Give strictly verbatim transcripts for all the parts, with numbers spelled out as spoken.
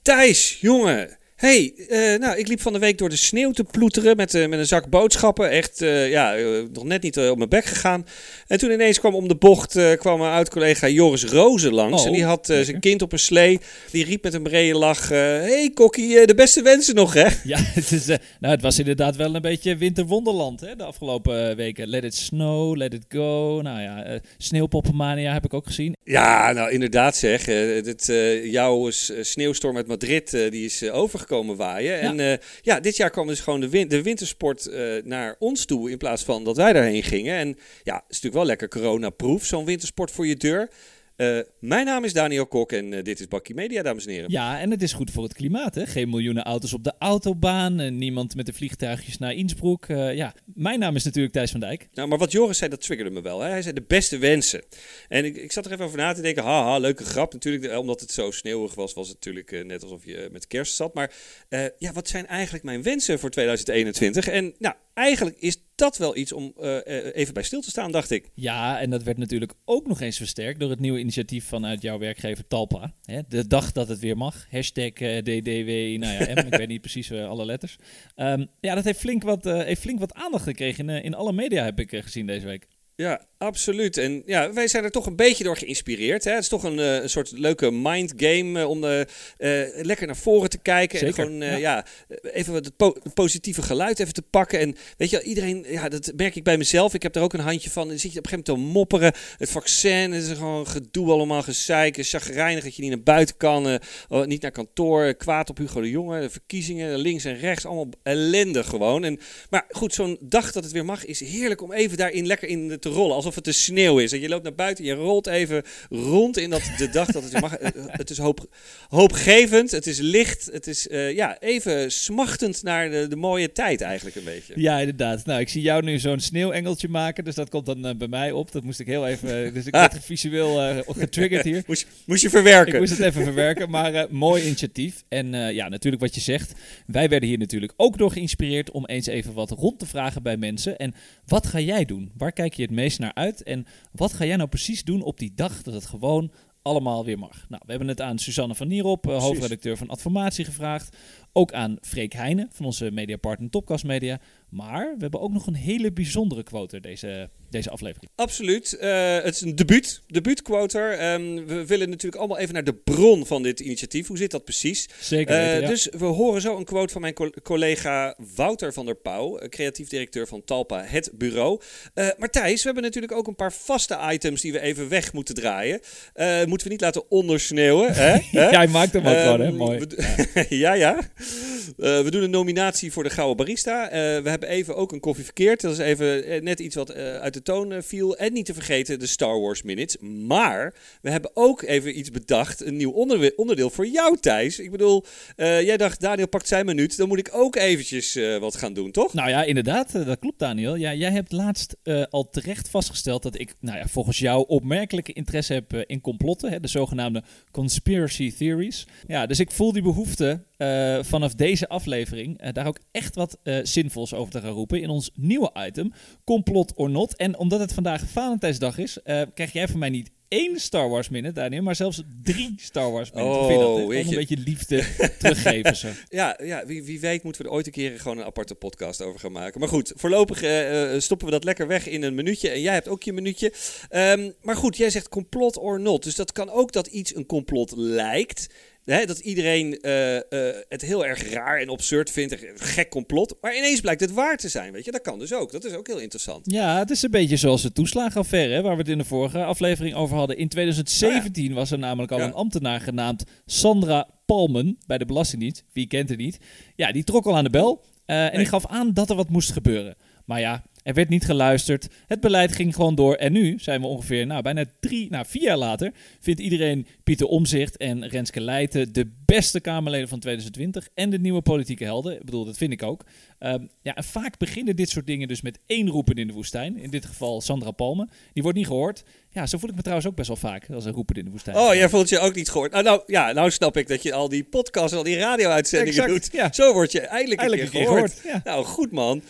Thijs, jongen. Hey, uh, nou, ik liep van de week door de sneeuw te ploeteren met, uh, met een zak boodschappen. Echt, uh, ja, uh, nog net niet uh, op mijn bek gegaan. En toen ineens kwam om de bocht, uh, kwam mijn oud-collega Joris Rozen langs. Oh, en die had uh, zijn kind op een slee. Die riep met een brede lach, uh, hey Kokkie, uh, de beste wensen nog, hè? Ja, het, is, uh, nou, het was inderdaad wel een beetje winterwonderland, hè, de afgelopen uh, weken. Let it snow, let it go. Nou ja, uh, sneeuwpoppenmania heb ik ook gezien. Ja, nou inderdaad zeg. Uh, dit, uh, jouw uh, sneeuwstorm uit Madrid, uh, die is uh, overgekomen. komen waaien. Ja. En uh, ja, dit jaar kwam dus gewoon de, win- de wintersport uh, naar ons toe in plaats van dat wij daarheen gingen. En ja, het is natuurlijk wel lekker corona-proof, zo'n wintersport voor je deur. Uh, mijn naam is Daniel Kok en uh, dit is Bakkie Media, dames en heren. Ja, en het is goed voor het klimaat, hè? Geen miljoenen auto's op de autobaan, en niemand met de vliegtuigjes naar Innsbruck. Uh, ja, mijn naam is natuurlijk Thijs van Dijk. Nou, maar wat Joris zei, dat triggerde me wel. Hè? Hij zei de beste wensen. En ik, ik zat er even over na te denken, haha, leuke grap. Natuurlijk, omdat het zo sneeuwig was, was het natuurlijk uh, net alsof je met kerst zat. Maar uh, ja, wat zijn eigenlijk mijn wensen voor tweeduizend eenentwintig? En nou, eigenlijk is dat wel iets om uh, even bij stil te staan, dacht ik. Ja, en dat werd natuurlijk ook nog eens versterkt door het nieuwe initiatief vanuit jouw werkgever Talpa. Hè? De dag dat het weer mag. Hashtag uh, D D W, nou ja, M, ik weet niet precies uh, alle letters. Um, ja, dat heeft flink wat, uh, heeft flink wat aandacht gekregen in, uh, in alle media, heb ik uh, gezien deze week. Ja, absoluut. En ja, wij zijn er toch een beetje door geïnspireerd. Hè? Het is toch een, uh, een soort leuke mindgame uh, om uh, uh, lekker naar voren te kijken. Zeker, en gewoon uh, ja. ja, even het po- positieve geluid even te pakken. En weet je, iedereen, ja, dat merk ik bij mezelf. Ik heb er ook een handje van. Dan zit je op een gegeven moment te mopperen. Het vaccin, het is gewoon gedoe allemaal, gezeik. Chagrijnig dat je niet naar buiten kan. Uh, niet naar kantoor. Kwaad op Hugo de Jonge. De verkiezingen, links en rechts. Allemaal ellende gewoon. En, maar goed, zo'n dag dat het weer mag is heerlijk om even daarin lekker in te rollen. Alsof het de sneeuw is. En je loopt naar buiten, je rolt even rond in dat de dag dat het weer mag. Het is hoop, hoopgevend, het is licht. Het is uh, ja, even smachtend naar de, de mooie tijd eigenlijk een beetje. Ja, inderdaad. Nou, ik zie jou nu zo'n sneeuwengeltje maken. Dus dat komt dan uh, bij mij op. Dat moest ik heel even... Uh, dus ik werd visueel uh, getriggerd hier. Moest, moest je verwerken. Ik moest het even verwerken. Maar uh, mooi initiatief. En uh, ja, natuurlijk wat je zegt. Wij werden hier natuurlijk ook door geïnspireerd om eens even wat rond te vragen bij mensen. En wat ga jij doen? Waar kijk je het meest naar uit? En wat ga jij nou precies doen op die dag dat het gewoon allemaal weer mag? Nou, we hebben het aan Suzanne van Nierop, uh, hoofdredacteur van Adformatie, gevraagd. Ook aan Freek Heijnen van onze mediapartner Topcast Media. Maar we hebben ook nog een hele bijzondere quoter deze, deze aflevering. Absoluut. Uh, het is een debuut. Debuutquoter. Um, we willen natuurlijk allemaal even naar de bron van dit initiatief. Hoe zit dat precies? Zeker weten, uh, ja. Dus we horen zo een quote van mijn co- collega Wouter van der Pauw, creatief directeur van Talpa, het bureau. Uh, maar Thijs, we hebben natuurlijk ook een paar vaste items die we even weg moeten draaien. Uh, moeten we niet laten ondersneeuwen. Hè? Jij maakt hem ook uh, gewoon, hè? Mooi. We, ja, ja. Uh, we doen een nominatie voor de Gouden Barista. Uh, we hebben even ook een koffie verkeerd. Dat is even uh, net iets wat uh, uit de toon uh, viel. En niet te vergeten de Star Wars Minutes. Maar we hebben ook even iets bedacht. Een nieuw onder- onderdeel voor jou, Thijs. Ik bedoel, uh, jij dacht, Daniel pakt zijn minuut. Dan moet ik ook eventjes uh, wat gaan doen, toch? Nou ja, inderdaad. Uh, dat klopt, Daniel. Ja, jij hebt laatst uh, al terecht vastgesteld dat ik, nou ja, volgens jou opmerkelijke interesse heb uh, in complotten. Hè, de zogenaamde conspiracy theories. Ja, dus ik voel die behoefte uh, vanaf deze aflevering uh, daar ook echt wat uh, zinvols over te gaan roepen in ons nieuwe item, Complot or Not. En omdat het vandaag Valentijnsdag is, uh, krijg jij van mij niet één Star Wars minute, Daniel, maar zelfs drie Star Wars minutes. Oh, Hoe vind je dat? Hè? weet Gewoon je. een beetje liefde teruggeven. Zo. Ja, ja wie, wie weet moeten we er ooit een keer gewoon een aparte podcast over gaan maken. Maar goed, voorlopig uh, stoppen we dat lekker weg in een minuutje. En jij hebt ook je minuutje. Um, maar goed, jij zegt complot or not. Dus dat kan ook dat iets een complot lijkt. Hè, dat iedereen uh, uh, het heel erg raar en absurd vindt, een gek complot. Maar ineens blijkt het waar te zijn, weet je. Dat kan dus ook. Dat is ook heel interessant. Ja, het is een beetje zoals de toeslagenaffaire, hè, waar we het in de vorige aflevering over hadden. In twintig zeventien oh ja. was er namelijk al ja. een ambtenaar genaamd Sandra Palmen bij de Belastingdienst. Wie kent het niet? Ja, die trok al aan de bel uh, en nee. die gaf aan dat er wat moest gebeuren. Maar ja, er werd niet geluisterd. Het beleid ging gewoon door. En nu zijn we ongeveer, nou, bijna drie, nou, vier jaar later, vindt iedereen Pieter Omtzigt en Renske Leijten de beste Kamerleden van twintig twintig en de nieuwe politieke helden. Ik bedoel, dat vind ik ook. Um, ja, en vaak beginnen dit soort dingen dus met één roepen in de woestijn. In dit geval Sandra Palmen. Die wordt niet gehoord. Ja, zo voel ik me trouwens ook best wel vaak als een roepen in de woestijn. Oh, jij voelt je ook niet gehoord. Nou, nou, ja, nou snap ik dat je al die podcasts en al die radio-uitzendingen exact, doet. Ja. Zo word je eindelijk, eindelijk een keer gehoord. gehoord ja. Nou, goed man.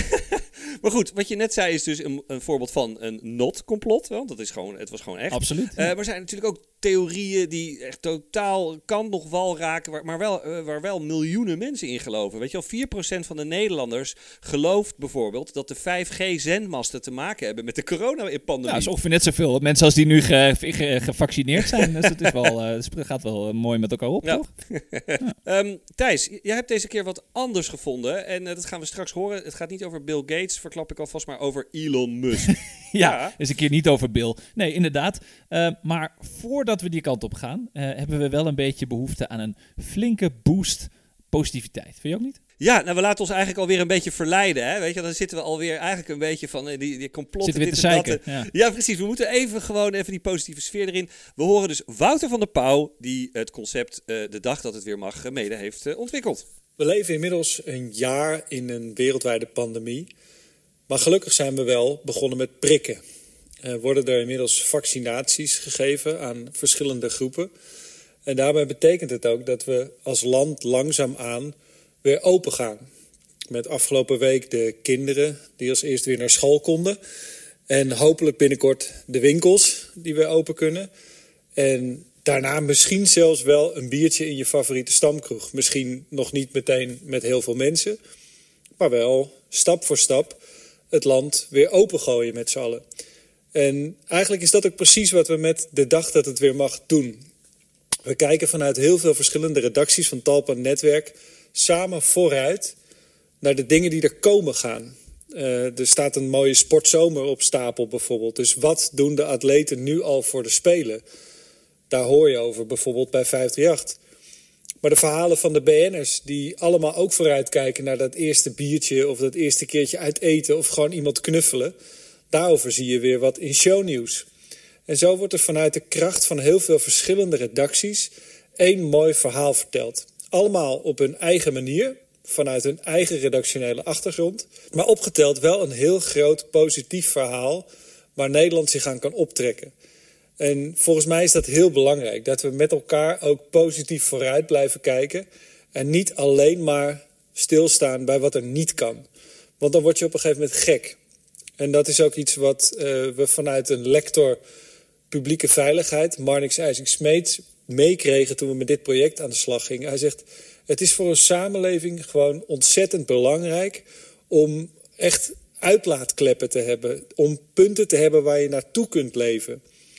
Maar goed, wat je net zei is dus een, een voorbeeld van een not-complot. Want dat is gewoon, het was gewoon echt. Absoluut. Uh, ja. maar er zijn natuurlijk ook complottheorieën die echt totaal kan nog wel raken, waar, maar wel, uh, waar wel miljoenen mensen in geloven. Weet je wel, vier procent van de Nederlanders gelooft bijvoorbeeld dat de vijf G-zendmasten te maken hebben met de corona-pandemie. Ja, dat is ongeveer net zoveel mensen als die nu ge, ge, gevaccineerd zijn. Dus dat is wel, uh, het gaat wel uh, mooi met elkaar op, ja. toch? Ja. um, Thijs, jij hebt deze keer wat anders gevonden en uh, dat gaan we straks horen. Het gaat niet over Bill Gates, verklap ik alvast, maar over Elon Musk. ja, ja, is een keer niet over Bill. Nee, inderdaad. Uh, maar voordat we die kant op gaan, uh, hebben we wel een beetje behoefte aan een flinke boost positiviteit. Vind je ook niet? Ja, nou we laten ons eigenlijk alweer een beetje verleiden. Hè? Weet je, dan zitten we alweer eigenlijk een beetje van uh, die, die complotten. Zitten we dit te zeiken. Ja. ja, precies. We moeten even gewoon even die positieve sfeer erin. We horen dus Wouter van der Pauw, die het concept uh, De Dag Dat Het Weer Mag mede heeft uh, ontwikkeld. We leven inmiddels een jaar in een wereldwijde pandemie. Maar gelukkig zijn we wel begonnen met prikken. Er worden er inmiddels vaccinaties gegeven aan verschillende groepen. En daarbij betekent het ook dat we als land langzaamaan weer open gaan. Met afgelopen week de kinderen die als eerst weer naar school konden. En hopelijk binnenkort de winkels die weer open kunnen. En daarna misschien zelfs wel een biertje in je favoriete stamkroeg. Misschien nog niet meteen met heel veel mensen. Maar wel stap voor stap het land weer opengooien met z'n allen. En eigenlijk is dat ook precies wat we met De Dag Dat Het Weer Mag doen. We kijken vanuit heel veel verschillende redacties van Talpa Netwerk samen vooruit naar de dingen die er komen gaan. Uh, er staat een mooie sportzomer op stapel bijvoorbeeld. Dus wat doen de atleten nu al voor de Spelen? Daar hoor je over bijvoorbeeld bij vijf drie acht. Maar de verhalen van de B N'ers die allemaal ook vooruitkijken naar dat eerste biertje of dat eerste keertje uit eten of gewoon iemand knuffelen. Daarover zie je weer wat in shownieuws. En zo wordt er vanuit de kracht van heel veel verschillende redacties één mooi verhaal verteld. Allemaal op hun eigen manier, vanuit hun eigen redactionele achtergrond. Maar opgeteld wel een heel groot positief verhaal waar Nederland zich aan kan optrekken. En volgens mij is dat heel belangrijk. Dat we met elkaar ook positief vooruit blijven kijken. En niet alleen maar stilstaan bij wat er niet kan. Want dan word je op een gegeven moment gek. En dat is ook iets wat uh, we vanuit een lector publieke veiligheid, Marnix IJsing-Smeets, meekregen toen we met dit project aan de slag gingen. Hij zegt, het is voor een samenleving gewoon ontzettend belangrijk om echt uitlaatkleppen te hebben. Om punten te hebben waar je naartoe kunt leven.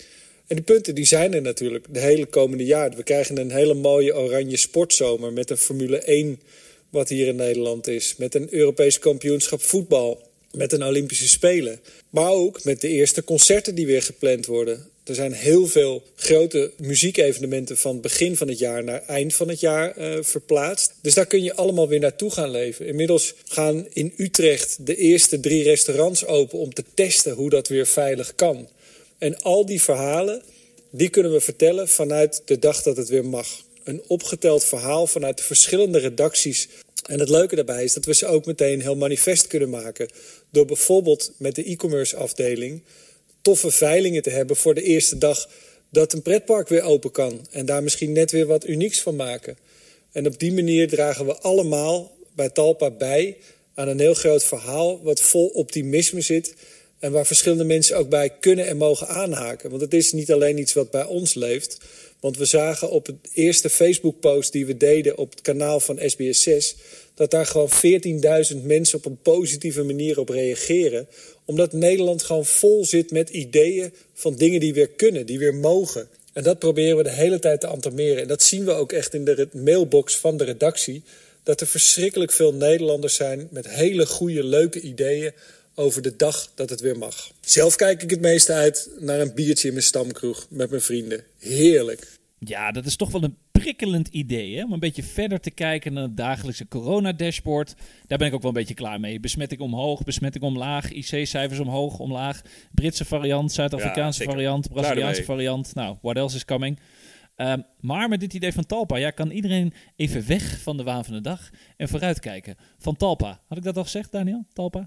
En die punten die zijn er natuurlijk de hele komende jaar. We krijgen een hele mooie oranje sportzomer met een Formule één wat hier in Nederland is. Met een Europees kampioenschap voetbal. Met een Olympische Spelen. Maar ook met de eerste concerten die weer gepland worden. Er zijn heel veel grote muziekevenementen van begin van het jaar naar eind van het jaar uh, verplaatst. Dus daar kun je allemaal weer naartoe gaan leven. Inmiddels gaan in Utrecht de eerste drie restaurants open om te testen hoe dat weer veilig kan. En al die verhalen, die kunnen we vertellen vanuit De Dag Dat Het Weer Mag. Een opgeteld verhaal vanuit de verschillende redacties. En het leuke daarbij is dat we ze ook meteen heel manifest kunnen maken. Door bijvoorbeeld met de e-commerce afdeling toffe veilingen te hebben voor de eerste dag dat een pretpark weer open kan. En daar misschien net weer wat unieks van maken. En op die manier dragen we allemaal bij Talpa bij aan een heel groot verhaal wat vol optimisme zit. En waar verschillende mensen ook bij kunnen en mogen aanhaken. Want het is niet alleen iets wat bij ons leeft. Want we zagen op het eerste Facebook-post die we deden op het kanaal van S B S zes... dat daar gewoon veertienduizend mensen op een positieve manier op reageren. Omdat Nederland gewoon vol zit met ideeën van dingen die weer kunnen, die weer mogen. En dat proberen we de hele tijd te entameren. En dat zien we ook echt in de mailbox van de redactie. Dat er verschrikkelijk veel Nederlanders zijn met hele goede, leuke ideeën over de dag dat het weer mag. Zelf kijk ik het meeste uit naar een biertje in mijn stamkroeg met mijn vrienden. Heerlijk. Ja, dat is toch wel een prikkelend idee, hè? Om een beetje verder te kijken naar het dagelijkse coronadashboard. Daar ben ik ook wel een beetje klaar mee. Besmetting omhoog, besmetting omlaag, I C-cijfers omhoog, omlaag. Britse variant, Zuid-Afrikaanse ja, variant, Braziliaanse variant. Nou, what else is coming? Um, maar met dit idee van Talpa, ja, kan iedereen even weg van de waan van de dag en vooruitkijken. Van Talpa. Had ik dat al gezegd, Daniel? Talpa?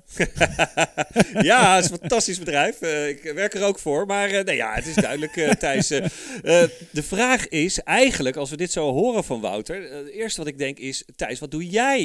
Ja, het is een fantastisch bedrijf. Uh, ik werk er ook voor. Maar uh, nee, ja, het is duidelijk, uh, Thijs. Uh, uh, de vraag is eigenlijk, als we dit zo horen van Wouter, uh, het eerste wat ik denk is, Thijs, wat doe jij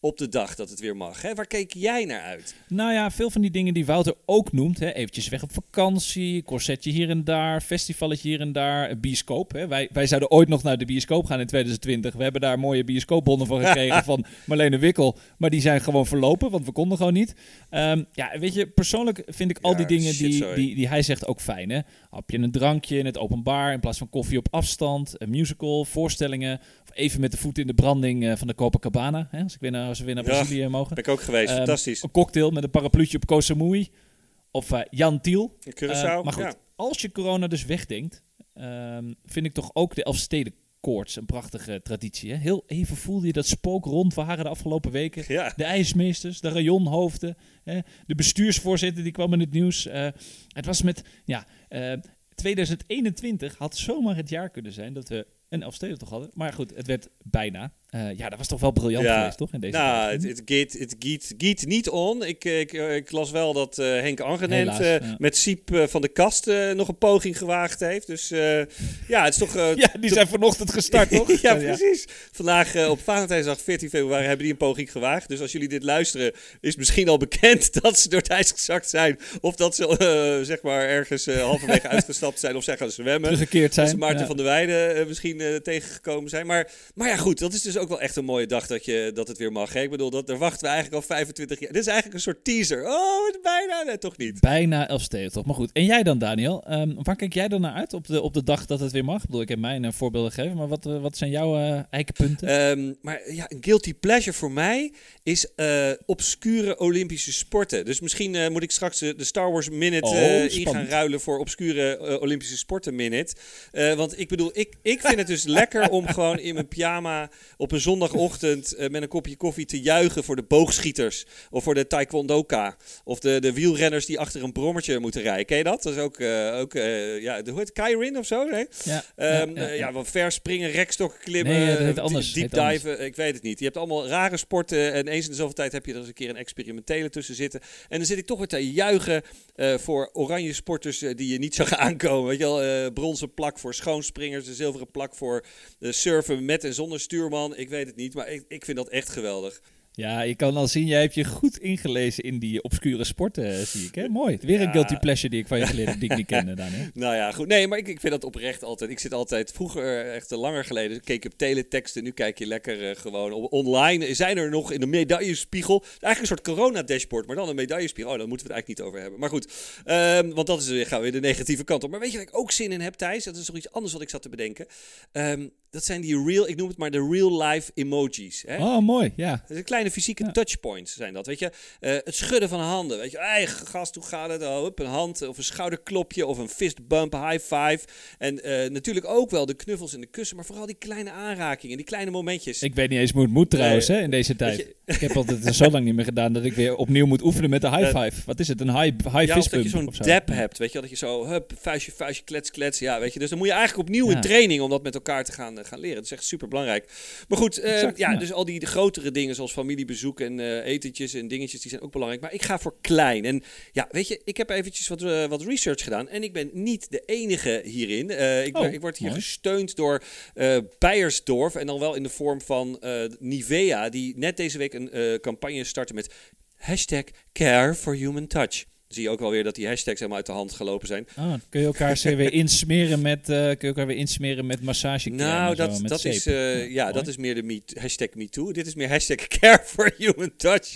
op de dag dat het weer mag? Hè? Waar keek jij naar uit? Nou ja, veel van die dingen die Wouter ook noemt. Hè, eventjes weg op vakantie, corsetje hier en daar, festivalletje hier en daar, een bioscoop. Hè. Wij, wij zouden ooit nog naar de bioscoop gaan in twintig twintig. We hebben daar mooie bioscoopbonnen van gekregen van Marlene Wikkel. Maar die zijn gewoon verlopen, want we konden gewoon niet. Um, ja, weet je, persoonlijk vind ik al Ja, die dingen shit, die, sorry. die, die hij zegt ook fijn. Hè. Hapje een drankje in het openbaar in plaats van koffie op afstand. Een musical, voorstellingen. Of even met de voet in de branding uh, van de Copacabana. Hè, als, ik weer naar, als we weer naar Ja, Brazilië mogen. Ben ik ook geweest, Um, fantastisch. Een cocktail met een parapluutje op Koh Samui. Of uh, Jan Tiel. In Curaçao, Uh, maar goed, ja. als je corona dus wegdenkt, um, vind ik toch ook de Elfstedenkoorts een prachtige traditie. Hè? Heel even voelde je dat spook rondvaren de afgelopen weken. Ja. De ijsmeesters, de rayonhoofden, hè? De bestuursvoorzitter die kwam in het nieuws. Uh, het was met, ja, uh, twintig eenentwintig had zomaar het jaar kunnen zijn dat we een Elfsteden toch hadden. Maar goed, het werd bijna. Uh, ja, dat was toch wel briljant Ja. geweest, toch? In deze Nou, tijd? het het giet, het giet, giet niet on. Ik, ik, ik las wel dat uh, Henk Angenent Helaas, uh, ja. met Siep uh, van de Kast uh, nog een poging gewaagd heeft. Dus uh, ja, het is toch... Uh, Ja, die zijn vanochtend gestart, toch? ja, precies. Vandaag uh, op Valentijnsdag veertien februari hebben die een poging gewaagd. Dus als jullie dit luisteren, is misschien al bekend dat ze door het ijs gezakt zijn. Of dat ze uh, zeg maar ergens uh, halverwege uitgestapt zijn of zijn gaan zwemmen. Teruggekeerd zijn. Dat ze Maarten ja. van der Weijden uh, misschien uh, tegengekomen zijn. Maar, maar ja, goed, dat is dus ook wel echt een mooie dag dat, je, dat het weer mag. Hè? Ik bedoel, dat, daar wachten we eigenlijk al vijfentwintig jaar. Dit is eigenlijk een soort teaser. Oh, het is bijna. Nee, toch niet. Bijna Elfsteden, toch? Maar goed. En jij dan, Daniel? Um, waar kijk jij dan naar uit op de, op de dag dat het weer mag? Ik bedoel, ik heb mij een voorbeelden gegeven, maar wat, uh, wat zijn jouw uh, eikenpunten? Um, maar ja, een guilty pleasure voor mij is uh, obscure Olympische sporten. Dus misschien uh, moet ik straks uh, de Star Wars Minute Oh, uh, in spannend. gaan ruilen voor obscure uh, Olympische sporten Minute. Uh, want ik bedoel, ik, ik vind het dus lekker om gewoon in mijn pyjama op een zondagochtend uh, met een kopje koffie te juichen voor de boogschieters. Of voor de taekwondoka. Of de, de wielrenners die achter een brommertje moeten rijden. Ken je dat? Dat is ook, uh, ook uh, ja, hoe heet het? Keirin of zo? Nee? Ja, Um, ja, ja, uh, ja, ja. wat verspringen, rekstokken klimmen, Nee, ja, dat heet uh, anders. deep Heet anders. diven. Ik weet het niet. Je hebt allemaal rare sporten en eens in de zoveel tijd heb je er eens een keer een experimentele tussen zitten. En dan zit ik toch weer te juichen uh, voor oranje sporters uh, die je niet zag aankomen. Weet je wel, uh, bronzen plak voor schoonspringers, de zilveren plak voor uh, surfen met en zonder stuurman. Ik weet het niet, maar ik, ik vind dat echt geweldig. Ja, je kan al zien, jij hebt je goed ingelezen in die obscure sporten, zie ik. Hè? Mooi. Weer Ja. een guilty pleasure die ik van je geleerd heb, die ik niet kende, Daniel. Nou ja, goed. Nee, maar ik, ik vind dat oprecht altijd. Ik zit altijd, vroeger, echt langer geleden, keek ik op teleteksten. Nu kijk je lekker uh, gewoon op, online. Zijn er nog in de medaillespiegel? Eigenlijk een soort corona-dashboard, maar dan een medaillespiegel. Oh, daar moeten we het eigenlijk niet over hebben. Maar goed, um, want dat is weer, gaan we weer de negatieve kant op. Maar weet je waar ik ook zin in heb, Thijs? Dat is nog iets anders wat ik zat te bedenken. Um, dat zijn die real, ik noem het maar de real-life emojis. Hè? Oh, mooi. Ja. Dat zijn kleine fysieke Ja. touchpoints zijn dat, weet je. Uh, het schudden van handen, weet je. Hey, gast, hoe gaat het? Oh, hup, een hand of een schouderklopje of een fist bump, high five. En uh, natuurlijk ook wel de knuffels en de kussen, maar vooral die kleine aanrakingen, die kleine momentjes. Ik weet niet eens hoe het moet trouwens, Nee. hè, in deze tijd. Weet je- Ik heb altijd zo lang niet meer gedaan dat ik weer opnieuw moet oefenen met de high Ja. five. Wat is het? Een high, high Ja, of fist dat je bump zo'n of zo. dab hebt, weet je wel. Dat je zo, hup, vuistje, vuistje, klets, klets. Ja, weet je. Dus dan moet je eigenlijk opnieuw Ja. in training om dat met elkaar te gaan, uh, gaan leren. Dat is echt super belangrijk. Maar goed, uh, Exact, ja, ja. dus al die de grotere dingen zoals familiebezoek en uh, etentjes en dingetjes, die zijn ook belangrijk. Maar ik ga voor klein. En ja, weet je, ik heb eventjes wat, uh, wat research gedaan. En ik ben niet de enige hierin. Uh, ik, ben- Oh, ik word hier mooi. gesteund door uh, Beiersdorf. En dan wel in de vorm van uh, Nivea, die net deze week een uh, campagne starten met hashtag Care for Human Touch. Zie je ook wel weer dat die hashtags helemaal uit de hand gelopen zijn. Ah, kun je elkaar ze weer insmeren met, uh, kun je elkaar weer insmeren met massagecrème Nou, en zo, dat, met dat, zeep. is, uh, ja, mooi. dat is meer de me, hashtag MeToo. Dit is meer hashtag Care for Human Touch.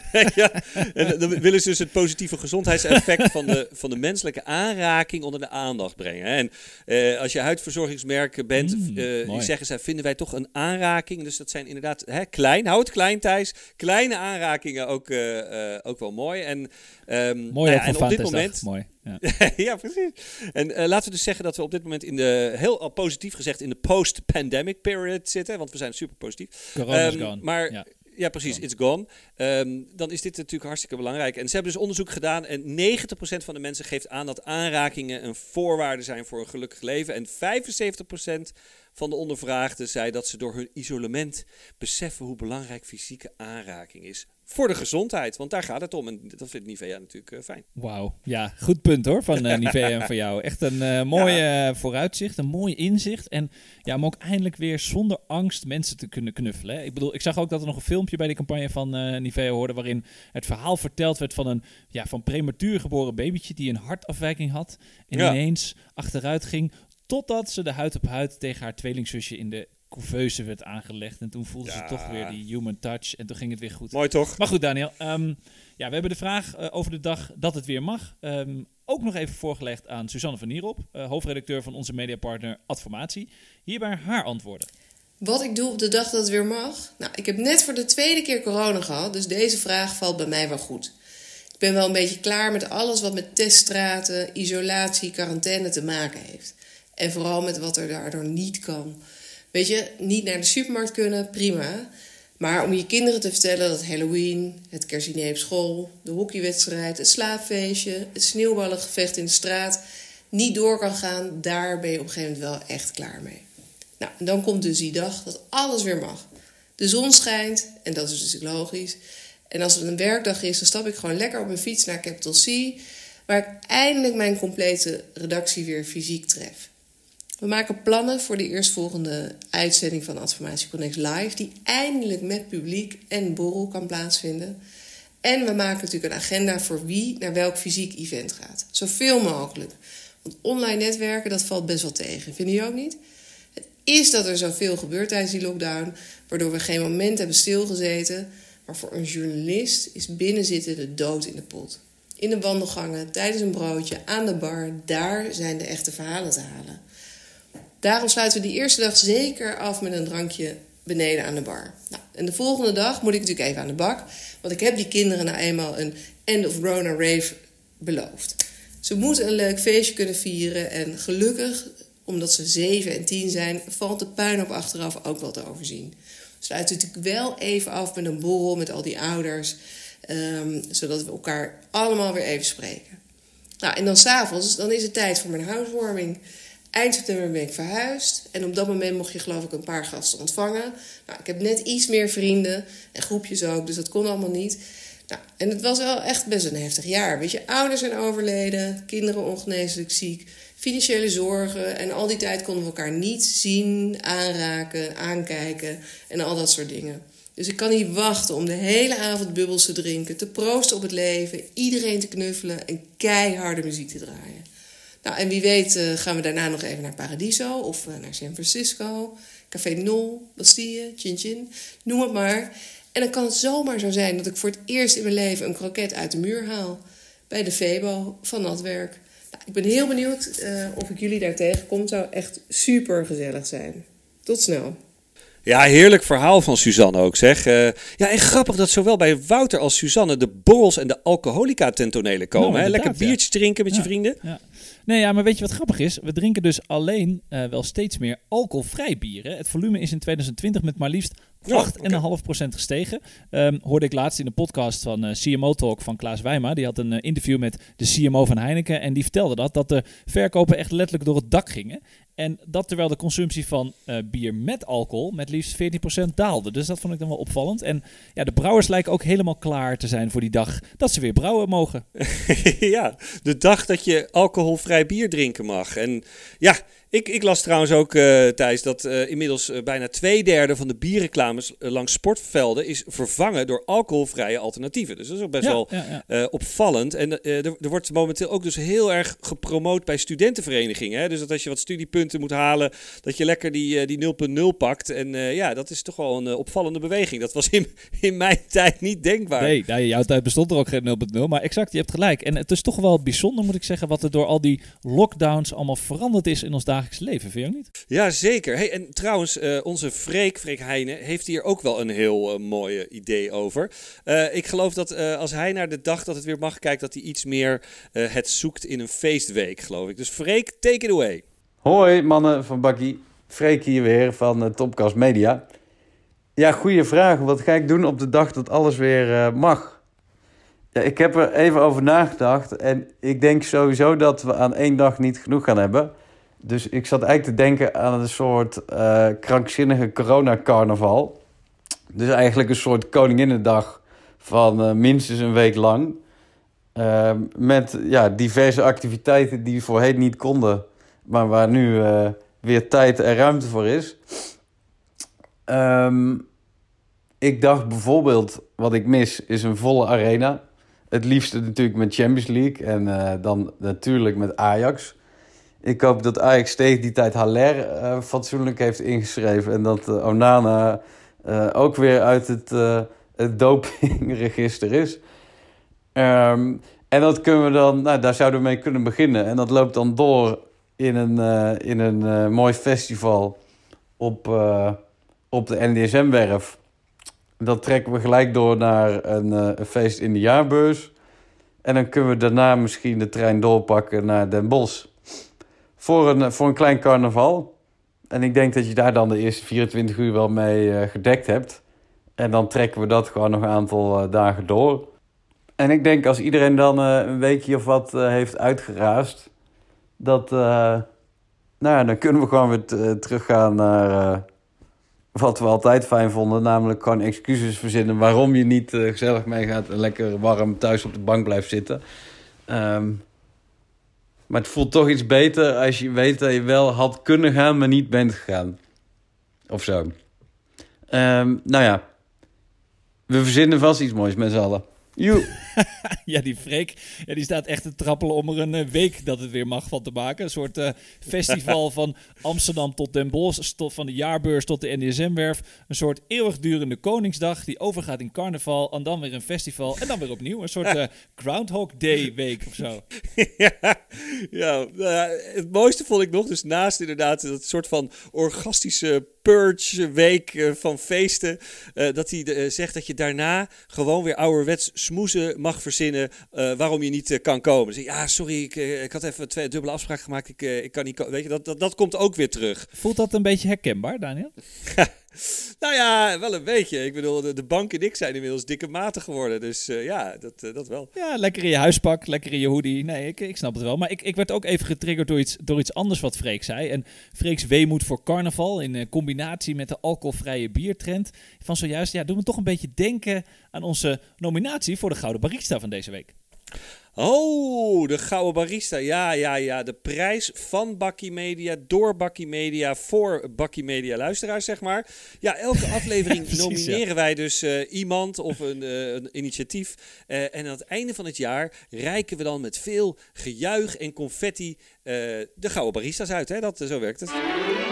Ja, en dan willen ze dus het positieve gezondheidseffect van de, van de menselijke aanraking onder de aandacht brengen. En uh, als je huidverzorgingsmerk bent, Mm, uh, mooi. die zeggen zij, vinden wij toch een aanraking. Dus dat zijn inderdaad hè, klein, houd het klein Thijs. Kleine aanrakingen ook, uh, uh, ook wel mooi. En, um, Mooi nou ook ja, van en op dit Valentijnsdag. moment... Mooi. Ja. Ja, precies. En uh, laten we dus zeggen dat we op dit moment in de, heel al positief gezegd, in de post-pandemic period zitten. Want we zijn super positief. Corona is Um, gone. Maar Ja. ja, precies, Gone. it's gone. Um, dan is dit natuurlijk hartstikke belangrijk. En ze hebben dus onderzoek gedaan en negentig procent van de mensen geeft aan dat aanrakingen een voorwaarde zijn voor een gelukkig leven. En vijfenzeventig procent van de ondervraagden zei dat ze door hun isolement beseffen hoe belangrijk fysieke aanraking is voor de gezondheid. Want daar gaat het om. En dat vindt Nivea natuurlijk uh, fijn. Wauw, ja, goed punt hoor van uh, Nivea en van jou. Echt een uh, mooi uh, vooruitzicht, een mooi inzicht. En ja, om ook eindelijk weer zonder angst mensen te kunnen knuffelen. Hè. Ik bedoel, ik zag ook dat er nog een filmpje bij die campagne van uh, Nivea hoorde, waarin het verhaal verteld werd van een ja, van prematuur geboren babytje die een hartafwijking had. En ja. ineens achteruit ging, totdat ze de huid op huid tegen haar tweelingzusje in de couveuse werd aangelegd. En toen voelde ja. ze toch weer die human touch. En toen ging het weer goed. Mooi toch? Maar goed, Daniel. Um, ja, we hebben de vraag uh, over de dag dat het weer mag. Um, ook nog even voorgelegd aan Suzanne van Nierop, uh, hoofdredacteur van onze mediapartner Adformatie. Hierbij haar antwoorden. Wat ik doe op de dag dat het weer mag? Nou, ik heb net voor de tweede keer corona gehad. Dus deze vraag valt bij mij wel goed. Ik ben wel een beetje klaar met alles wat met teststraten, isolatie, quarantaine te maken heeft. En vooral met wat er daardoor niet kan. Weet je, niet naar de supermarkt kunnen, prima. Maar om je kinderen te vertellen dat Halloween, het kerstdiner op school, de hockeywedstrijd, het slaapfeestje, het sneeuwballengevecht in de straat niet door kan gaan, daar ben je op een gegeven moment wel echt klaar mee. Nou, en dan komt dus die dag dat alles weer mag. De zon schijnt, en dat is dus logisch. En als het een werkdag is, dan stap ik gewoon lekker op mijn fiets naar Capital C, waar ik eindelijk mijn complete redactie weer fysiek tref. We maken plannen voor de eerstvolgende uitzending van Adformatie Connect Live, die eindelijk met publiek en borrel kan plaatsvinden. En we maken natuurlijk een agenda voor wie naar welk fysiek event gaat. Zoveel mogelijk. Want online netwerken, dat valt best wel tegen. Vinden jullie ook niet? Het is dat er zoveel gebeurt tijdens die lockdown, waardoor we geen moment hebben stilgezeten. Maar voor een journalist is binnenzitten de dood in de pot. In de wandelgangen, tijdens een broodje, aan de bar, daar zijn de echte verhalen te halen. Daarom sluiten we die eerste dag zeker af met een drankje beneden aan de bar. Nou, en de volgende dag moet ik natuurlijk even aan de bak. Want ik heb die kinderen nou eenmaal een end of Rona rave beloofd. Ze moeten een leuk feestje kunnen vieren. En gelukkig, omdat ze zeven en tien zijn, valt de puinhoop achteraf ook wel te overzien. We sluiten natuurlijk wel even af met een borrel met al die ouders. Um, zodat we elkaar allemaal weer even spreken. Nou, en dan 's avonds, dan is het tijd voor mijn housewarming. Eind september ben ik verhuisd. En op dat moment mocht je geloof ik een paar gasten ontvangen. Nou, ik heb net iets meer vrienden. En groepjes ook, dus dat kon allemaal niet. Nou, en het was wel echt best een heftig jaar. Weet je, ouders zijn overleden. Kinderen ongeneeslijk ziek. Financiële zorgen. En al die tijd konden we elkaar niet zien, aanraken, aankijken. En al dat soort dingen. Dus ik kan niet wachten om de hele avond bubbels te drinken. Te proosten op het leven. Iedereen te knuffelen. En keiharde muziek te draaien. Nou, en wie weet uh, gaan we daarna nog even naar Paradiso of uh, naar San Francisco, Café Nol, Bastille, Chin Chin, noem het maar. En dan kan het zomaar zo zijn dat ik voor het eerst in mijn leven een kroket uit de muur haal bij de Febo van Natwerk. Nou, ik ben heel benieuwd uh, of ik jullie daar tegenkom. Het zou echt super gezellig zijn. Tot snel. Ja, heerlijk verhaal van Suzanne ook, zeg. Uh, ja, en grappig dat zowel bij Wouter als Suzanne de borrels en de alcoholica ten tonele komen. Nou, hè? Lekker biertjes ja. drinken met ja. je vrienden. Ja. Nee, ja, maar weet je wat grappig is? We drinken dus alleen uh, wel steeds meer alcoholvrij bier. Hè? Het volume is in twintig twintig met maar liefst acht komma vijf procent gestegen. Um, hoorde ik laatst in de podcast van uh, C M O Talk van Klaas Wijma. Die had een uh, interview met de C M O van Heineken. En die vertelde dat, dat de verkopen echt letterlijk door het dak gingen. En dat terwijl de consumptie van uh, bier met alcohol met liefst veertien procent daalde. Dus dat vond ik dan wel opvallend. En ja, de brouwers lijken ook helemaal klaar te zijn voor die dag dat ze weer brouwen mogen. Ja, de dag dat je alcoholvrij bier drinken mag. En ja, ik, ik las trouwens ook, uh, Thijs, dat uh, inmiddels uh, bijna twee derde van de bierreclames uh, langs sportvelden is vervangen door alcoholvrije alternatieven. Dus dat is ook best ja, wel ja, ja. Uh, opvallend. En uh, er, er wordt momenteel ook dus heel erg gepromoot bij studentenverenigingen. Hè? Dus dat als je wat studiepunten moet halen, dat je lekker die, uh, die nul punt nul pakt. En uh, ja, dat is toch wel een uh, opvallende beweging. Dat was in, in mijn tijd niet denkbaar. Nee, in jouw tijd bestond er ook geen nul punt nul. Maar exact, je hebt gelijk. En het is toch wel bijzonder, moet ik zeggen, wat er door al die lockdowns allemaal veranderd is in ons dagelijks leven, vind je ook niet? Ja, zeker. Hey, en trouwens, uh, onze Freek, Freek Heijnen, heeft hier ook wel een heel uh, mooi idee over. Uh, ik geloof dat uh, als hij naar de dag dat het weer mag kijkt, dat hij iets meer uh, het zoekt in een feestweek, geloof ik. Dus Freek, take it away. Hoi mannen van Bakkie. Freek hier weer van uh, Topcast Media. Ja, goede vraag. Wat ga ik doen op de dag dat alles weer uh, mag? Ja, ik heb er even over nagedacht en ik denk sowieso dat we aan één dag niet genoeg gaan hebben. Dus ik zat eigenlijk te denken aan een soort uh, krankzinnige corona-carnaval. Dus eigenlijk een soort Koninginnedag van uh, minstens een week lang. Uh, met ja, diverse activiteiten die voorheen niet konden, maar waar nu uh, weer tijd en ruimte voor is. Um, ik dacht bijvoorbeeld, wat ik mis, is een volle arena. Het liefste natuurlijk met Champions League en uh, dan natuurlijk met Ajax. Ik hoop dat Ajax tegen die tijd Haller uh, fatsoenlijk heeft ingeschreven en dat uh, Onana uh, ook weer uit het, uh, het dopingregister is. Um, en dat kunnen we dan, nou, daar zouden we mee kunnen beginnen. En dat loopt dan door in een, uh, in een uh, mooi festival op, uh, op de N D S M-werf. Dat trekken we gelijk door naar een, uh, een feest in de jaarbeurs. En dan kunnen we daarna misschien de trein doorpakken naar Den Bosch. Voor een, voor een klein carnaval. En ik denk dat je daar dan de eerste vierentwintig uur wel mee uh, gedekt hebt. En dan trekken we dat gewoon nog een aantal uh, dagen door. En ik denk als iedereen dan uh, een weekje of wat uh, heeft uitgeraasd, dat, uh, nou ja, dan kunnen we gewoon weer t- uh, teruggaan naar uh, wat we altijd fijn vonden. Namelijk gewoon excuses verzinnen waarom je niet uh, gezellig meegaat en lekker warm thuis op de bank blijft zitten. Um, maar het voelt toch iets beter als je weet dat je wel had kunnen gaan, maar niet bent gegaan. Of zo. Um, nou ja, we verzinnen vast iets moois met z'n allen. Joe. Ja, die Freek, ja, die staat echt te trappelen om er een uh, week dat het weer mag van te maken. Een soort uh, festival van Amsterdam tot Den Bosch, tot, van de jaarbeurs tot de N D S M-werf. Een soort eeuwigdurende Koningsdag die overgaat in carnaval en dan weer een festival en dan weer opnieuw. Een soort uh, Groundhog Day week of zo. Ja, ja, nou, het mooiste vond ik nog, dus naast inderdaad dat soort van orgastische purge week uh, van feesten, uh, dat hij uh, zegt dat je daarna gewoon weer ouderwets smoezen mag verzinnen uh, waarom je niet uh, kan komen. Dus, ja, sorry, ik, uh, ik had even twee dubbele afspraken gemaakt, ik, uh, ik kan niet komen. Weet je, dat, dat, dat komt ook weer terug. Voelt dat een beetje herkenbaar, Daniel? Nou ja, wel een beetje. Ik bedoel, de, de bank en ik zijn inmiddels dikke maten geworden. Dus uh, ja, dat, uh, dat wel. Ja, lekker in je huispak, lekker in je hoodie. Nee, ik, ik snap het wel. Maar ik, ik werd ook even getriggerd door iets, door iets anders wat Freek zei. En Freek's weemoed voor carnaval in uh, combinatie met de alcoholvrije biertrend van zojuist. Ja, doet me toch een beetje denken aan onze nominatie voor de Gouden Barista van deze week. Oh, de Gouden Barista. Ja, ja, ja. De prijs van Bakkie Media, door Bakkie Media, voor Bakkie Media luisteraars, zeg maar. Ja, elke aflevering ja, precies, nomineren ja. wij dus uh, iemand of een, uh, een initiatief. Uh, en aan het einde van het jaar reiken we dan met veel gejuich en confetti uh, de Gouden Barista's uit. Hè? Dat, uh, zo werkt het. De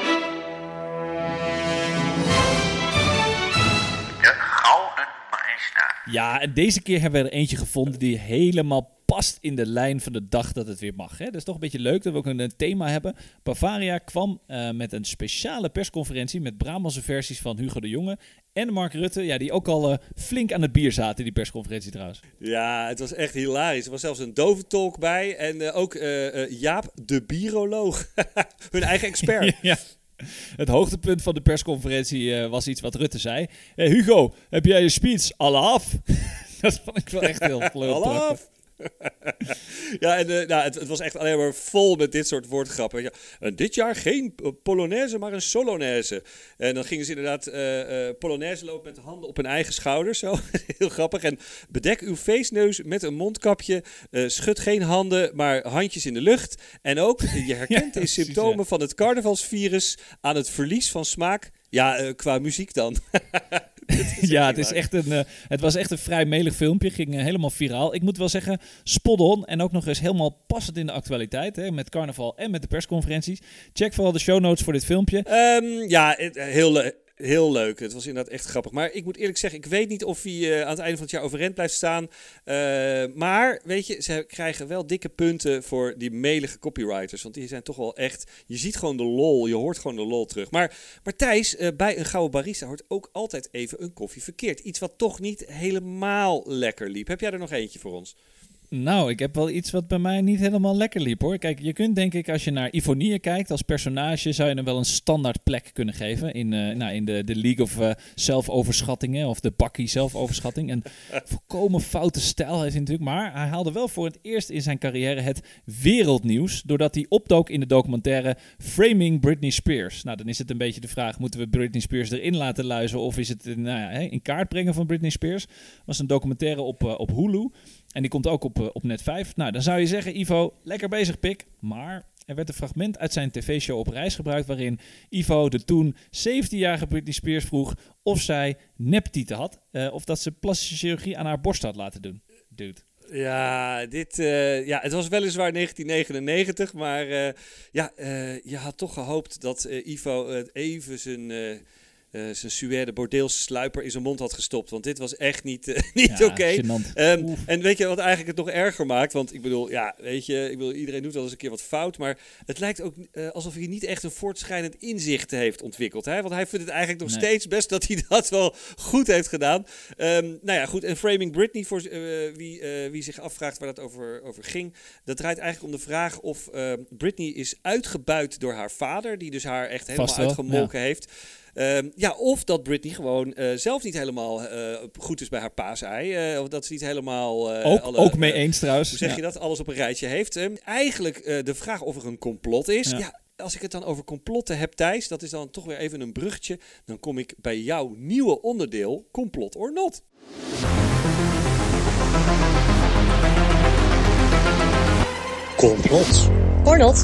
Gouden Barista. Ja, en deze keer hebben we er eentje gevonden die helemaal past in de lijn van de dag dat het weer mag. Hè? Dat is toch een beetje leuk dat we ook een, een thema hebben. Bavaria kwam uh, met een speciale persconferentie met Brabantse versies van Hugo de Jonge en Mark Rutte, ja, die ook al uh, flink aan het bier zaten in die persconferentie trouwens. Ja, het was echt hilarisch. Er was zelfs een doventolk bij en uh, ook uh, uh, Jaap de Biroloog, hun eigen expert. Ja. Het hoogtepunt van de persconferentie uh, was iets wat Rutte zei. Hey Hugo, heb jij je speech al af? Dat vond ik wel echt heel leuk. Al af? Ja, en uh, nou, het, het was echt alleen maar vol met dit soort woordgrappen. Ja, en dit jaar geen Polonaise, maar een Solonaise. En dan gingen ze inderdaad uh, uh, Polonaise lopen met de handen op hun eigen schouders. Zo. Heel grappig. En bedek uw feestneus met een mondkapje. Uh, schud geen handen, maar handjes in de lucht. En ook, je herkent ja, de symptomen ja. van het carnavalsvirus aan het verlies van smaak. Ja, uh, qua muziek dan. Ja, het, is echt een, uh, het was echt een vrij melig filmpje. Ging uh, helemaal viraal. Ik moet wel zeggen, spot on. En ook nog eens helemaal passend in de actualiteit. Hè, met carnaval en met de persconferenties. Check vooral de show notes voor dit filmpje. Um, ja, het, heel leuk. Heel leuk. Het was inderdaad echt grappig. Maar ik moet eerlijk zeggen, ik weet niet of hij uh, aan het einde van het jaar overeind blijft staan. Uh, maar, weet je, ze krijgen wel dikke punten voor die melige copywriters. Want die zijn toch wel echt... Je ziet gewoon de lol. Je hoort gewoon de lol terug. Maar, maar Thijs, uh, bij een Gouden Barista hoort ook altijd even een koffie verkeerd. Iets wat toch niet helemaal lekker liep. Heb jij er nog eentje voor ons? Nou, ik heb wel iets wat bij mij niet helemaal lekker liep, hoor. Kijk, je kunt denk ik, als je naar Ivonie kijkt als personage, zou je hem wel een standaard plek kunnen geven in, uh, nou, in de, de League of uh, zelfoverschattingen, of de Bakkie zelfoverschatting. Een volkomen foute stijl heeft hij natuurlijk, maar hij haalde wel voor het eerst in zijn carrière het wereldnieuws, doordat hij opdook in de documentaire Framing Britney Spears. Nou, dan is het een beetje de vraag, moeten we Britney Spears erin laten luizen, of is het nou ja, in kaart brengen van Britney Spears? Dat was een documentaire op, uh, op Hulu. En die komt ook op, uh, op Net vijf. Nou, dan zou je zeggen, Ivo, lekker bezig, pik. Maar er werd een fragment uit zijn tv-show Op Reis gebruikt, waarin Ivo de toen zeventienjarige Britney Spears vroeg of zij neptieten had. Uh, of dat ze plastische chirurgie aan haar borst had laten doen. Dude. Ja, dit, uh, ja, het was weliswaar negentien negenennegentig, maar uh, ja, uh, je had toch gehoopt dat uh, Ivo uh, even zijn... Uh, Uh, zijn suède bordeelsluiper in zijn mond had gestopt. Want dit was echt niet, uh, niet ja, oké. Okay. Um, Oef. en weet je wat eigenlijk het nog erger maakt? Want ik bedoel, ja, weet je, ik bedoel, iedereen doet wel eens een keer wat fout. Maar het lijkt ook uh, alsof hij niet echt een voortschrijdend inzicht heeft ontwikkeld. Hè? Want hij vindt het eigenlijk nog nee. steeds best dat hij dat wel goed heeft gedaan. Um, nou ja, goed. En Framing Britney, voor uh, wie, uh, wie zich afvraagt waar dat over, over ging. Dat draait eigenlijk om de vraag of uh, Britney is uitgebuit door haar vader. Die dus haar echt helemaal uitgemolken ja. heeft. Um, ja, of dat Britney gewoon uh, zelf niet helemaal uh, goed is bij haar paasei. Uh, of dat ze niet helemaal... Uh, ook, alle, ook mee eens uh, trouwens. Hoe zeg ja. je dat? Alles op een rijtje heeft. Um, eigenlijk uh, de vraag of er een complot is. Ja. ja, als ik het dan over complotten heb, Thijs, dat is dan toch weer even een bruggetje. Dan kom ik bij jouw nieuwe onderdeel, Complot or Not. Complot or Not.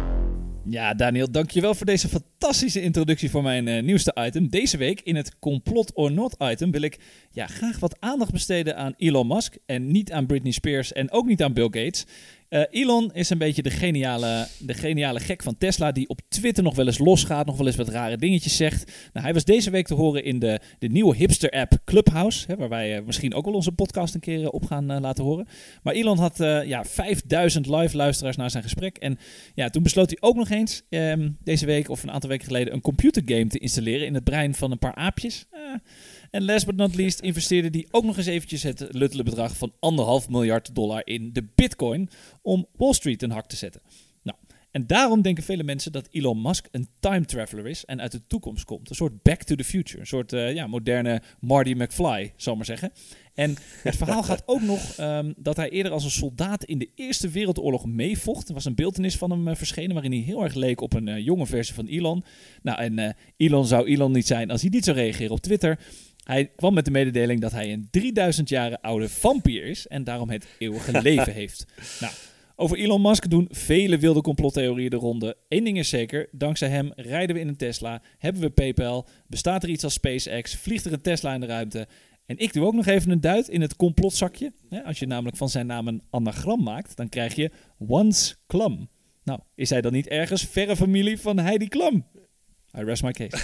Ja, Daniel, dankjewel voor deze fantastische introductie voor mijn uh, nieuwste item. Deze week in het Complot or Not item wil ik ja, graag wat aandacht besteden aan Elon Musk en niet aan Britney Spears en ook niet aan Bill Gates. Uh, Elon is een beetje de geniale, de geniale gek van Tesla die op Twitter nog wel eens losgaat, nog wel eens wat rare dingetjes zegt. Nou, hij was deze week te horen in de, de nieuwe hipster-app Clubhouse, hè, waar wij uh, misschien ook wel onze podcast een keer uh, op gaan uh, laten horen. Maar Elon had uh, ja, vijfduizend live luisteraars naar zijn gesprek en ja, toen besloot hij ook nog eens um, deze week of een aantal weken geleden een computergame te installeren in het brein van een paar aapjes. Uh, En last but not least investeerde hij ook nog eens eventjes het luttele bedrag van anderhalf miljard dollar in de bitcoin om Wall Street een hak te zetten. Nou, en daarom denken vele mensen dat Elon Musk een time traveler is en uit de toekomst komt. Een soort back to the future. Een soort uh, ja, moderne Marty McFly, zal ik maar zeggen. En het verhaal gaat ook nog um, dat hij eerder als een soldaat in de Eerste Wereldoorlog meevocht. Er was een beeltenis van hem uh, verschenen waarin hij heel erg leek op een uh, jonge versie van Elon. Nou, en uh, Elon zou Elon niet zijn als hij niet zou reageren op Twitter. Hij kwam met de mededeling dat hij een drieduizend jaren oude vampier is en daarom het eeuwige leven heeft. Nou, over Elon Musk doen vele wilde complottheorieën de ronde. Eén ding is zeker, dankzij hem rijden we in een Tesla, hebben we PayPal, bestaat er iets als SpaceX, vliegt er een Tesla in de ruimte. En ik doe ook nog even een duit in het complotzakje. Als je namelijk van zijn naam een anagram maakt, dan krijg je Once Klum. Nou, is hij dan niet ergens verre familie van Heidi Klum? I rest my case.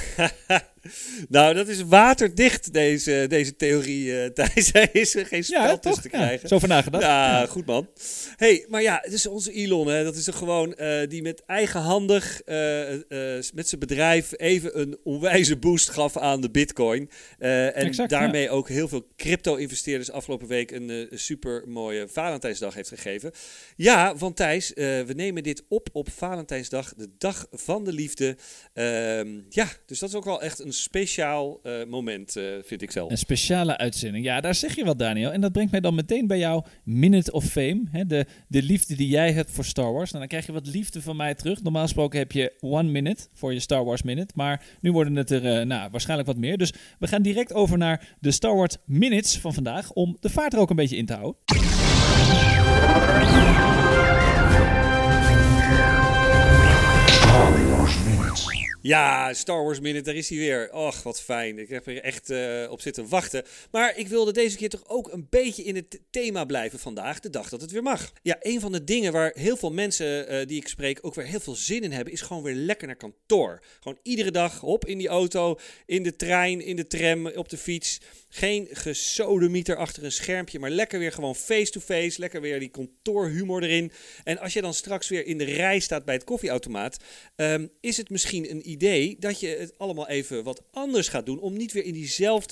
Nou, dat is waterdicht, deze, deze theorie, uh, Thijs. Hij is er geen spel ja, tussen te krijgen. Ja, zo van nagedacht. Ja, ja, goed man. Hey, maar ja, het is onze Elon, hè. Dat is er gewoon uh, die met eigenhandig uh, uh, met zijn bedrijf even een onwijze boost gaf aan de bitcoin. Uh, en exact, daarmee ja. ook heel veel crypto-investeerders afgelopen week een uh, super mooie Valentijnsdag heeft gegeven. Ja, want Thijs, uh, we nemen dit op op Valentijnsdag, de dag van de liefde. Uh, ja, dus dat is ook wel echt een speciaal uh, moment, uh, vind ik zelf. Een speciale uitzending. Ja, daar zeg je wat, Daniel. En dat brengt mij dan meteen bij jouw Minute of Fame. Hè? De, de liefde die jij hebt voor Star Wars. Nou, dan krijg je wat liefde van mij terug. Normaal gesproken heb je one minute voor je Star Wars minute. Maar nu worden het er uh, nou, waarschijnlijk wat meer. Dus we gaan direct over naar de Star Wars minutes van vandaag. Om de vaart er ook een beetje in te houden. Ja, Star Wars Minute, daar is hij weer. Och, wat fijn. Ik heb er echt uh, op zitten wachten. Maar ik wilde deze keer toch ook een beetje in het thema blijven vandaag. De dag dat het weer mag. Ja, een van de dingen waar heel veel mensen uh, die ik spreek ook weer heel veel zin in hebben, is gewoon weer lekker naar kantoor. Gewoon iedere dag op in die auto, in de trein, in de tram, op de fiets. Geen gesodemieter achter een schermpje, maar lekker weer gewoon face-to-face. Lekker weer die kantoorhumor erin. En als je dan straks weer in de rij staat bij het koffieautomaat, um, is het misschien een idee dat je het allemaal even wat anders gaat doen, om niet weer in diezelfde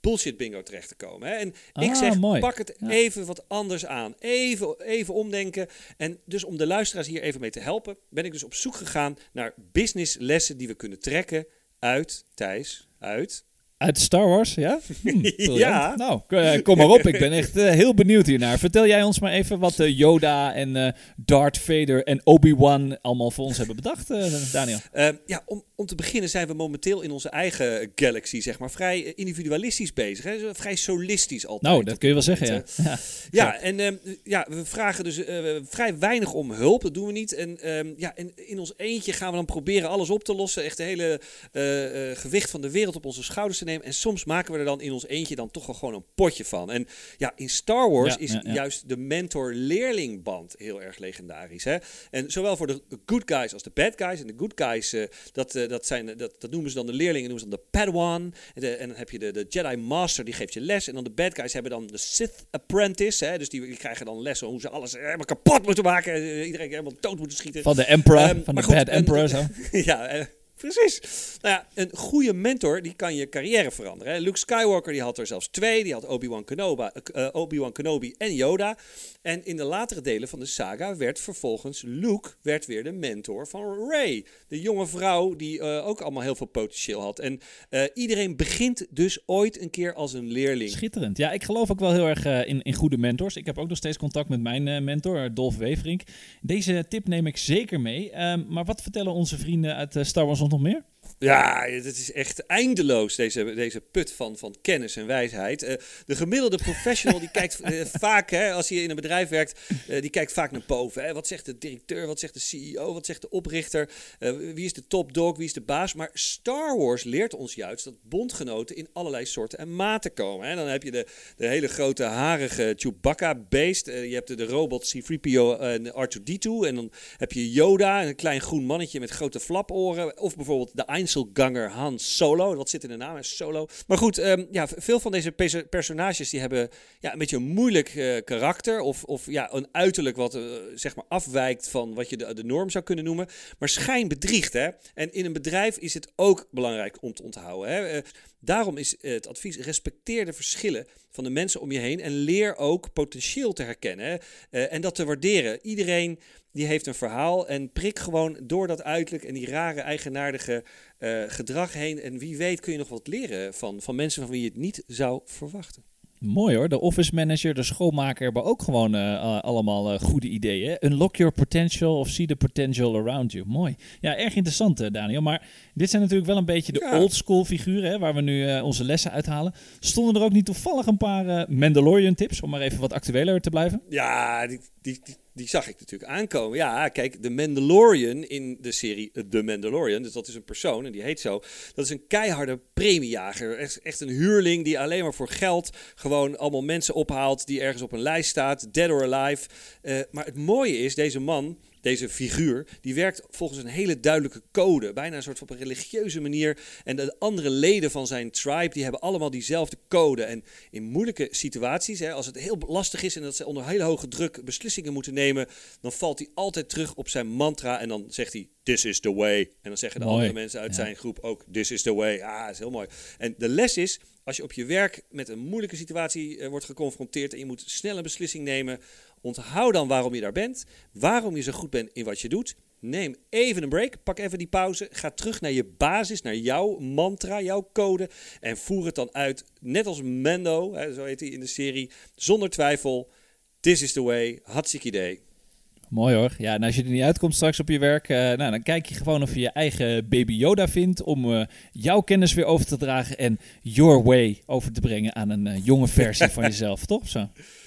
bullshit bingo terecht te komen. Hè? En ik Ah, zeg, mooi. pak het Ja. even wat anders aan. Even, even omdenken. En dus om de luisteraars hier even mee te helpen, ben ik dus op zoek gegaan naar businesslessen die we kunnen trekken uit, Thijs, uit... Uit Star Wars, ja? Hm, briljant. Ja. Nou, k- eh, kom maar op. Ik ben echt uh, heel benieuwd hiernaar. Vertel jij ons maar even wat uh, Yoda en uh, Darth Vader en Obi-Wan allemaal voor ons hebben bedacht, uh, Daniel. Uh, ja, om, om te beginnen zijn we momenteel in onze eigen galaxy, zeg maar, vrij individualistisch bezig. Hè? Vrij solistisch altijd. Nou, dat kun je wel zeggen, ja. Ja, ja en um, ja, we vragen dus uh, vrij weinig om hulp. Dat doen we niet. En um, ja, in, in ons eentje gaan we dan proberen alles op te lossen. Echt de hele uh, uh, gewicht van de wereld op onze schouders te nemen. En soms maken we er dan in ons eentje dan toch wel gewoon een potje van. En ja, in Star Wars Ja, is ja, ja. juist de mentor-leerlingband heel erg legendarisch. Hè? En zowel voor de good guys als de bad guys. En de good guys, uh, dat, uh, dat, zijn, dat, dat noemen ze dan de leerlingen, noemen ze dan de Padawan. En, de, en dan heb je de, de Jedi Master, die geeft je les. En dan de bad guys hebben dan de Sith Apprentice. Hè? Dus die, die krijgen dan lessen hoe ze alles helemaal kapot moeten maken. Uh, iedereen helemaal dood moeten schieten. Van de Emperor, Um, van maar de goed, Bad en- Emperor. Zo. ja, uh, precies. Nou ja, een goede mentor die kan je carrière veranderen. Hè. Luke Skywalker die had er zelfs twee. Die had Obi-Wan Kenobi, uh, Obi-Wan Kenobi en Yoda. En in de latere delen van de saga werd vervolgens Luke werd weer de mentor van Rey. De jonge vrouw die uh, ook allemaal heel veel potentieel had. En uh, iedereen begint dus ooit een keer als een leerling. Schitterend. Ja, ik geloof ook wel heel erg uh, in, in goede mentors. Ik heb ook nog steeds contact met mijn uh, mentor, Dolf Weverink. Deze tip neem ik zeker mee. Um, maar wat vertellen onze vrienden uit uh, Star Wars ons nog meer? Ja, het is echt eindeloos, deze, deze put van, van kennis en wijsheid. Uh, de gemiddelde professional die kijkt uh, vaak, hè, als hij in een bedrijf werkt, uh, die kijkt vaak naar boven. Hè. Wat zegt de directeur, wat zegt de C E O, wat zegt de oprichter, uh, wie is de top dog, wie is de baas. Maar Star Wars leert ons juist dat bondgenoten in allerlei soorten en maten komen. Hè. Dan heb je de, de hele grote harige Chewbacca-beest. Uh, je hebt de, de robot C three P O en R two D two. En dan heb je Yoda, een klein groen mannetje met grote flaporen. Of bijvoorbeeld de Einzelganger Han Solo. Dat zit in de naam, hè, Solo. Maar goed, um, ja, veel van deze pe- personages die hebben ja, een beetje een moeilijk uh, karakter. Of, of ja, een uiterlijk wat uh, zeg maar afwijkt van wat je de, de norm zou kunnen noemen. Maar schijn bedriegt, hè. En in een bedrijf is het ook belangrijk om te onthouden, hè. Uh, daarom is uh, het advies, respecteer de verschillen van de mensen om je heen. En leer ook potentieel te herkennen, hè. Uh, en dat te waarderen. Iedereen die heeft een verhaal en prik gewoon door dat uiterlijk en die rare eigenaardige uh, gedrag heen. En wie weet kun je nog wat leren van, van mensen van wie je het niet zou verwachten. Mooi hoor, de office manager, de schoonmaker hebben ook gewoon uh, uh, allemaal uh, goede ideeën. Hè? Unlock your potential of see the potential around you. Mooi. Ja, erg interessant uh, Daniel, maar dit zijn natuurlijk wel een beetje de Ja. old school figuren, hè, waar we nu uh, onze lessen uithalen. Stonden er ook niet toevallig een paar uh, Mandalorian tips, om maar even wat actueler te blijven? Ja, die, die, die, die zag ik natuurlijk aankomen. Ja, kijk, de Mandalorian in de serie The Mandalorian, dus dat is een persoon en die heet zo. Dat is een keiharde premiejager. Echt, echt een huurling die alleen maar voor geld gewoon allemaal mensen ophaalt die ergens op een lijst staat, dead or alive. Uh, maar het mooie is, deze man, deze figuur, die werkt volgens een hele duidelijke code. Bijna een soort van op een religieuze manier. En de andere leden van zijn tribe, die hebben allemaal diezelfde code. En in moeilijke situaties, hè, als het heel lastig is en dat ze onder hele hoge druk beslissingen moeten nemen, dan valt hij altijd terug op zijn mantra en dan zegt hij, this is the way. En dan zeggen de Mooi. andere mensen uit Ja. zijn groep ook, this is the way. Ah, dat is heel mooi. En de les is, als je op je werk met een moeilijke situatie uh, wordt geconfronteerd en je moet snel een beslissing nemen, onthoud dan waarom je daar bent, waarom je zo goed bent in wat je doet. Neem even een break, pak even die pauze, ga terug naar je basis, naar jouw mantra, jouw code en voer het dan uit, net als Mando, hè, zo heet hij in de serie, zonder twijfel, this is the way, hartstikke idee. Mooi hoor. Ja, en als je er niet uitkomt straks op je werk, uh, nou, dan kijk je gewoon of je je eigen baby Yoda vindt om uh, jouw kennis weer over te dragen en your way over te brengen aan een uh, jonge versie van jezelf, toch? Zo.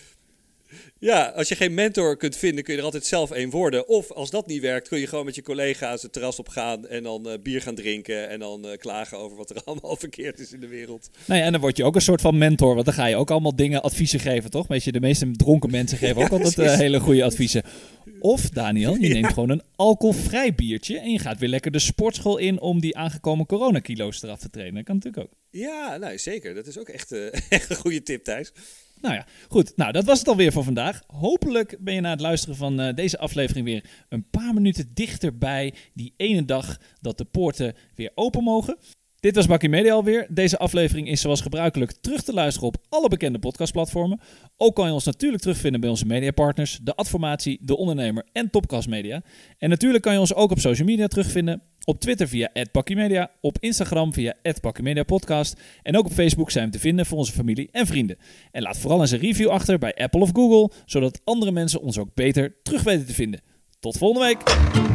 Ja, als je geen mentor kunt vinden, kun je er altijd zelf één worden. Of als dat niet werkt, kun je gewoon met je collega's het terras op gaan en dan uh, bier gaan drinken en dan uh, klagen over wat er allemaal verkeerd is in de wereld. Nou ja, en dan word je ook een soort van mentor, want dan ga je ook allemaal dingen, adviezen geven, toch? Weet je, de meeste dronken mensen geven ook Ja, altijd uh, precies. hele goede adviezen. Of, Daniel, je Ja. neemt gewoon een alcoholvrij biertje en je gaat weer lekker de sportschool in om die aangekomen coronakilo's eraf te trainen. Dat kan natuurlijk ook. Ja, nou zeker. Dat is ook echt, uh, echt een goede tip, Thijs. Nou ja, goed. Nou, dat was het alweer voor vandaag. Hopelijk ben je na het luisteren van uh, deze aflevering weer een paar minuten dichter bij die ene dag dat de poorten weer open mogen. Dit was Bakkie Media alweer. Deze aflevering is zoals gebruikelijk terug te luisteren op alle bekende podcastplatformen. Ook kan je ons natuurlijk terugvinden bij onze mediapartners, de Adformatie, de Ondernemer en Topcast Media. En natuurlijk kan je ons ook op social media terugvinden. Op Twitter via at Bakkiemedia, op Instagram via at Bakkiemediapodcast en ook op Facebook zijn we te vinden voor onze familie en vrienden. En laat vooral eens een review achter bij Apple of Google, zodat andere mensen ons ook beter terug weten te vinden. Tot volgende week!